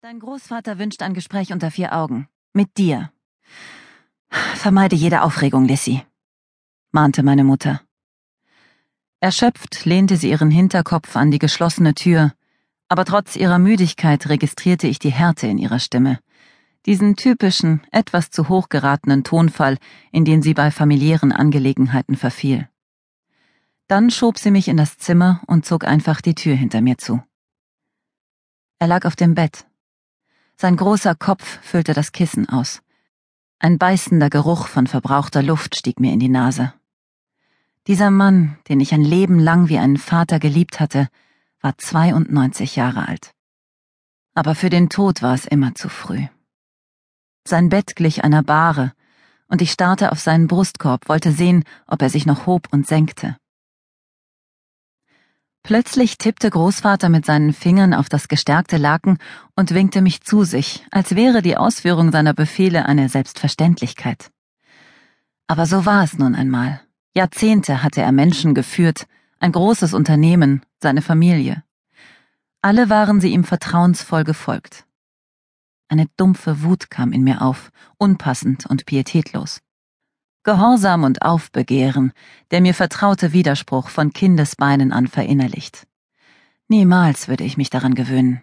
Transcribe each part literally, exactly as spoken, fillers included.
Dein Großvater wünscht ein Gespräch unter vier Augen. Mit dir. Vermeide jede Aufregung, Lissy, mahnte meine Mutter. Erschöpft lehnte sie ihren Hinterkopf an die geschlossene Tür, aber trotz ihrer Müdigkeit registrierte ich die Härte in ihrer Stimme, diesen typischen, etwas zu hoch geratenen Tonfall, in den sie bei familiären Angelegenheiten verfiel. Dann schob sie mich in das Zimmer und zog einfach die Tür hinter mir zu. Er lag auf dem Bett. Sein großer Kopf füllte das Kissen aus. Ein beißender Geruch von verbrauchter Luft stieg mir in die Nase. Dieser Mann, den ich ein Leben lang wie einen Vater geliebt hatte, war zweiundneunzig Jahre alt. Aber für den Tod war es immer zu früh. Sein Bett glich einer Bahre, und ich starrte auf seinen Brustkorb, wollte sehen, ob er sich noch hob und senkte. Plötzlich tippte Großvater mit seinen Fingern auf das gestärkte Laken und winkte mich zu sich, als wäre die Ausführung seiner Befehle eine Selbstverständlichkeit. Aber so war es nun einmal. Jahrzehnte hatte er Menschen geführt, ein großes Unternehmen, seine Familie. Alle waren sie ihm vertrauensvoll gefolgt. Eine dumpfe Wut kam in mir auf, unpassend und pietätlos. Gehorsam und Aufbegehren, der mir vertraute Widerspruch von Kindesbeinen an verinnerlicht. Niemals würde ich mich daran gewöhnen.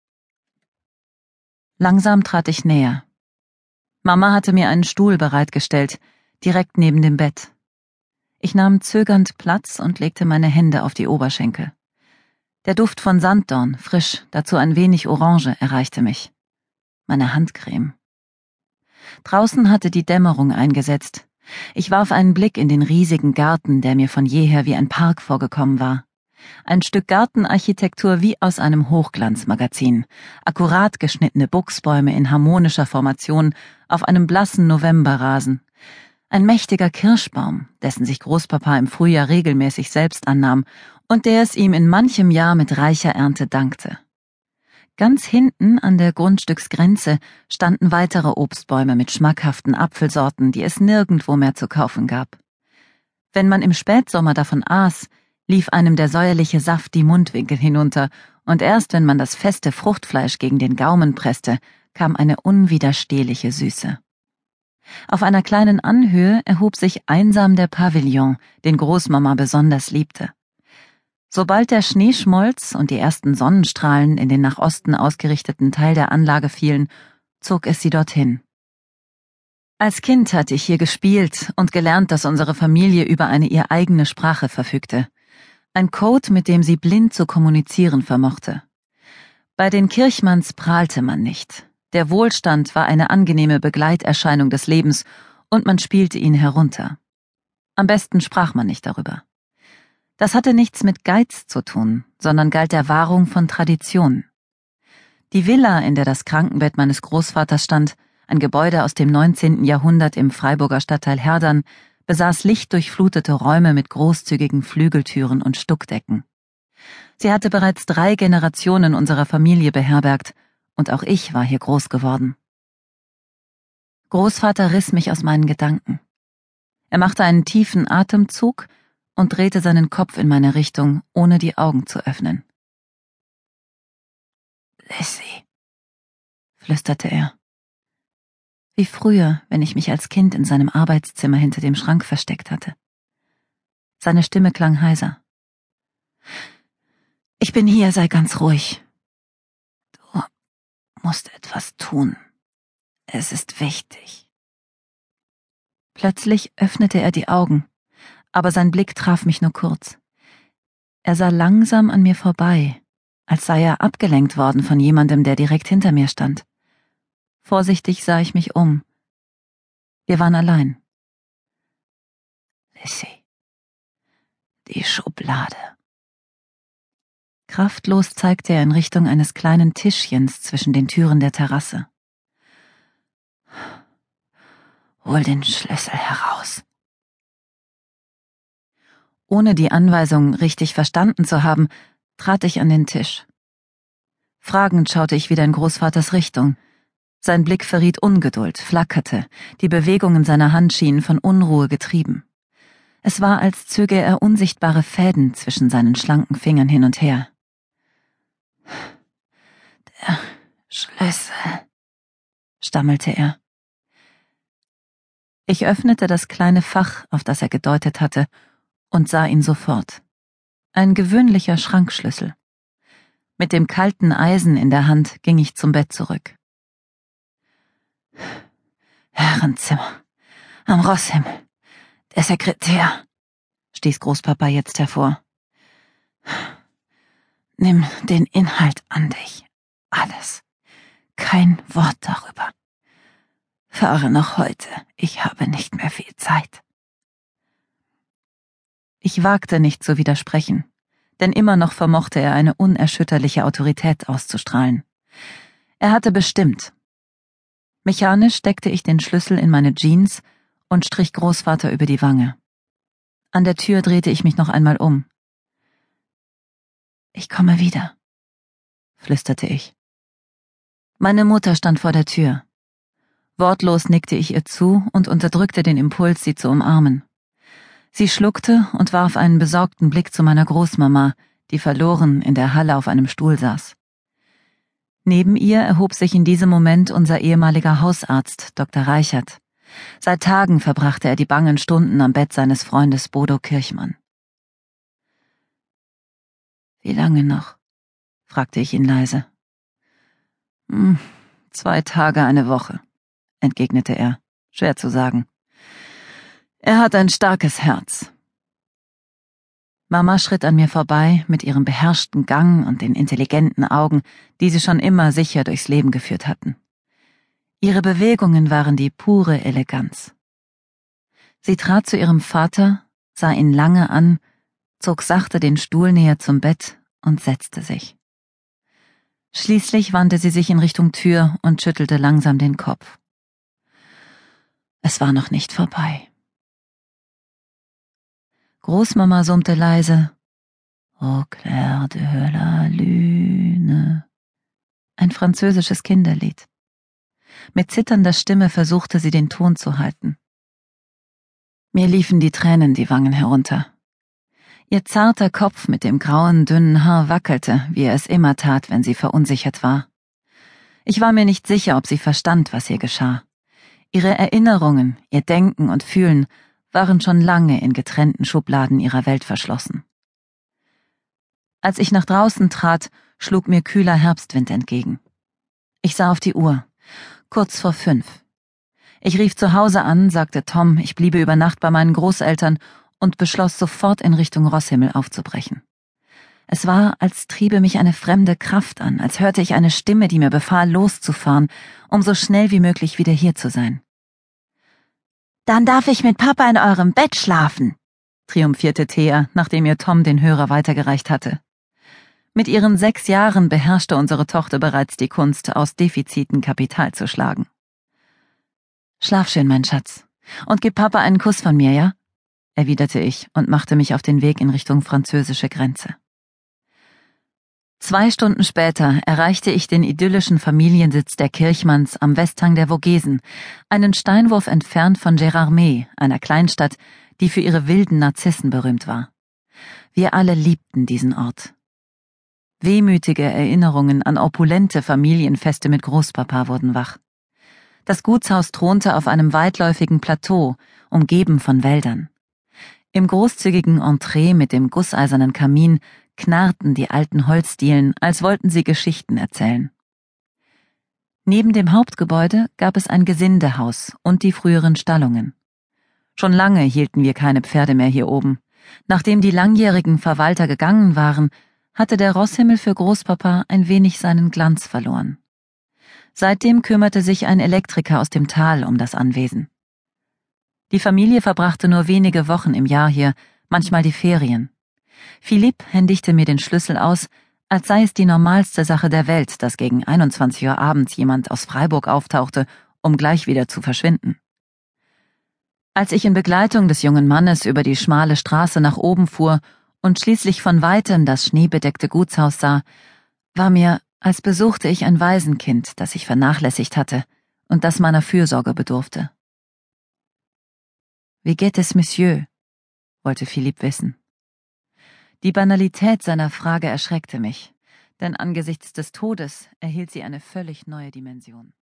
Langsam trat ich näher. Mama hatte mir einen Stuhl bereitgestellt, direkt neben dem Bett. Ich nahm zögernd Platz und legte meine Hände auf die Oberschenkel. Der Duft von Sanddorn, frisch, dazu ein wenig Orange, erreichte mich. Meine Handcreme. Draußen hatte die Dämmerung eingesetzt. Ich warf einen Blick in den riesigen Garten, der mir von jeher wie ein Park vorgekommen war. Ein Stück Gartenarchitektur wie aus einem Hochglanzmagazin, akkurat geschnittene Buchsbäume in harmonischer Formation auf einem blassen Novemberrasen. Ein mächtiger Kirschbaum, dessen sich Großpapa im Frühjahr regelmäßig selbst annahm und der es ihm in manchem Jahr mit reicher Ernte dankte. Ganz hinten an der Grundstücksgrenze standen weitere Obstbäume mit schmackhaften Apfelsorten, die es nirgendwo mehr zu kaufen gab. Wenn man im Spätsommer davon aß, lief einem der säuerliche Saft die Mundwinkel hinunter, und erst wenn man das feste Fruchtfleisch gegen den Gaumen presste, kam eine unwiderstehliche Süße. Auf einer kleinen Anhöhe erhob sich einsam der Pavillon, den Großmama besonders liebte. Sobald der Schnee schmolz und die ersten Sonnenstrahlen in den nach Osten ausgerichteten Teil der Anlage fielen, zog es sie dorthin. Als Kind hatte ich hier gespielt und gelernt, dass unsere Familie über eine ihr eigene Sprache verfügte. Ein Code, mit dem sie blind zu kommunizieren vermochte. Bei den Kirchmanns prahlte man nicht. Der Wohlstand war eine angenehme Begleiterscheinung des Lebens und man spielte ihn herunter. Am besten sprach man nicht darüber. Das hatte nichts mit Geiz zu tun, sondern galt der Wahrung von Tradition. Die Villa, in der das Krankenbett meines Großvaters stand, ein Gebäude aus dem neunzehnten Jahrhundert im Freiburger Stadtteil Herdern, besaß lichtdurchflutete Räume mit großzügigen Flügeltüren und Stuckdecken. Sie hatte bereits drei Generationen unserer Familie beherbergt, und auch ich war hier groß geworden. Großvater riss mich aus meinen Gedanken. Er machte einen tiefen Atemzug und drehte seinen Kopf in meine Richtung, ohne die Augen zu öffnen. »Lissy«, flüsterte er. Wie früher, wenn ich mich als Kind in seinem Arbeitszimmer hinter dem Schrank versteckt hatte. Seine Stimme klang heiser. »Ich bin hier, sei ganz ruhig. Du musst etwas tun. Es ist wichtig.« Plötzlich öffnete er die Augen, aber sein Blick traf mich nur kurz. Er sah langsam an mir vorbei, als sei er abgelenkt worden von jemandem, der direkt hinter mir stand. Vorsichtig sah ich mich um. Wir waren allein. »Lissy, die Schublade.« Kraftlos zeigte er in Richtung eines kleinen Tischchens zwischen den Türen der Terrasse. »Hol den Schlüssel heraus.« Ohne die Anweisung richtig verstanden zu haben, trat ich an den Tisch. Fragend schaute ich wieder in Großvaters Richtung. Sein Blick verriet Ungeduld, flackerte, die Bewegungen seiner Hand schienen von Unruhe getrieben. Es war, als zöge er unsichtbare Fäden zwischen seinen schlanken Fingern hin und her. »Der Schlüssel, stammelte er. Ich öffnete das kleine Fach, auf das er gedeutet hatte, und sah ihn sofort. Ein gewöhnlicher Schrankschlüssel. Mit dem kalten Eisen in der Hand ging ich zum Bett zurück. Herrenzimmer, am Rosshimmel, der Sekretär, stieß Großpapa jetzt hervor. Nimm den Inhalt an dich, alles, kein Wort darüber. Fahre noch heute, ich habe nicht mehr viel Zeit. Ich wagte nicht zu widersprechen, denn immer noch vermochte er eine unerschütterliche Autorität auszustrahlen. Er hatte bestimmt. Mechanisch steckte ich den Schlüssel in meine Jeans und strich Großvater über die Wange. An der Tür drehte ich mich noch einmal um. Ich komme wieder, flüsterte ich. Meine Mutter stand vor der Tür. Wortlos nickte ich ihr zu und unterdrückte den Impuls, sie zu umarmen. Sie schluckte und warf einen besorgten Blick zu meiner Großmama, die verloren in der Halle auf einem Stuhl saß. Neben ihr erhob sich in diesem Moment unser ehemaliger Hausarzt, Doktor Reichert. Seit Tagen verbrachte er die bangen Stunden am Bett seines Freundes Bodo Kirchmann. »Wie lange noch?« fragte ich ihn leise. Hm, »Zwei Tage, eine Woche«, entgegnete er, schwer zu sagen. »Er hat ein starkes Herz.« Mama schritt an mir vorbei mit ihrem beherrschten Gang und den intelligenten Augen, die sie schon immer sicher durchs Leben geführt hatten. Ihre Bewegungen waren die pure Eleganz. Sie trat zu ihrem Vater, sah ihn lange an, zog sachte den Stuhl näher zum Bett und setzte sich. Schließlich wandte sie sich in Richtung Tür und schüttelte langsam den Kopf. Es war noch nicht vorbei. Großmama summte leise »Au clair de la lune«, ein französisches Kinderlied. Mit zitternder Stimme versuchte sie, den Ton zu halten. Mir liefen die Tränen die Wangen herunter. Ihr zarter Kopf mit dem grauen, dünnen Haar wackelte, wie er es immer tat, wenn sie verunsichert war. Ich war mir nicht sicher, ob sie verstand, was ihr geschah. Ihre Erinnerungen, ihr Denken und Fühlen waren schon lange in getrennten Schubladen ihrer Welt verschlossen. Als ich nach draußen trat, schlug mir kühler Herbstwind entgegen. Ich sah auf die Uhr. Kurz vor fünf. Ich rief zu Hause an, sagte Tom, ich bliebe über Nacht bei meinen Großeltern und beschloss sofort in Richtung Rosshimmel aufzubrechen. Es war, als triebe mich eine fremde Kraft an, als hörte ich eine Stimme, die mir befahl, loszufahren, um so schnell wie möglich wieder hier zu sein. »Dann darf ich mit Papa in eurem Bett schlafen«, triumphierte Thea, nachdem ihr Tom den Hörer weitergereicht hatte. Mit ihren sechs Jahren beherrschte unsere Tochter bereits die Kunst, aus Defiziten Kapital zu schlagen. »Schlaf schön, mein Schatz. Und gib Papa einen Kuss von mir, ja?« erwiderte ich und machte mich auf den Weg in Richtung französische Grenze. Zwei Stunden später erreichte ich den idyllischen Familiensitz der Kirchmanns am Westhang der Vogesen, einen Steinwurf entfernt von Gérardmer, einer Kleinstadt, die für ihre wilden Narzissen berühmt war. Wir alle liebten diesen Ort. Wehmütige Erinnerungen an opulente Familienfeste mit Großpapa wurden wach. Das Gutshaus thronte auf einem weitläufigen Plateau, umgeben von Wäldern. Im großzügigen Entree mit dem gusseisernen Kamin knarrten die alten Holzdielen, als wollten sie Geschichten erzählen. Neben dem Hauptgebäude gab es ein Gesindehaus und die früheren Stallungen. Schon lange hielten wir keine Pferde mehr hier oben. Nachdem die langjährigen Verwalter gegangen waren, hatte der Rosshimmel für Großpapa ein wenig seinen Glanz verloren. Seitdem kümmerte sich ein Elektriker aus dem Tal um das Anwesen. Die Familie verbrachte nur wenige Wochen im Jahr hier, manchmal die Ferien. Philipp händigte mir den Schlüssel aus, als sei es die normalste Sache der Welt, dass gegen einundzwanzig Uhr abends jemand aus Freiburg auftauchte, um gleich wieder zu verschwinden. Als ich in Begleitung des jungen Mannes über die schmale Straße nach oben fuhr und schließlich von weitem das schneebedeckte Gutshaus sah, war mir, als besuchte ich ein Waisenkind, das ich vernachlässigt hatte und das meiner Fürsorge bedurfte. »Wie geht es, Monsieur?« wollte Philipp wissen. Die Banalität seiner Frage erschreckte mich, Denn angesichts des Todes erhielt sie eine völlig neue Dimension.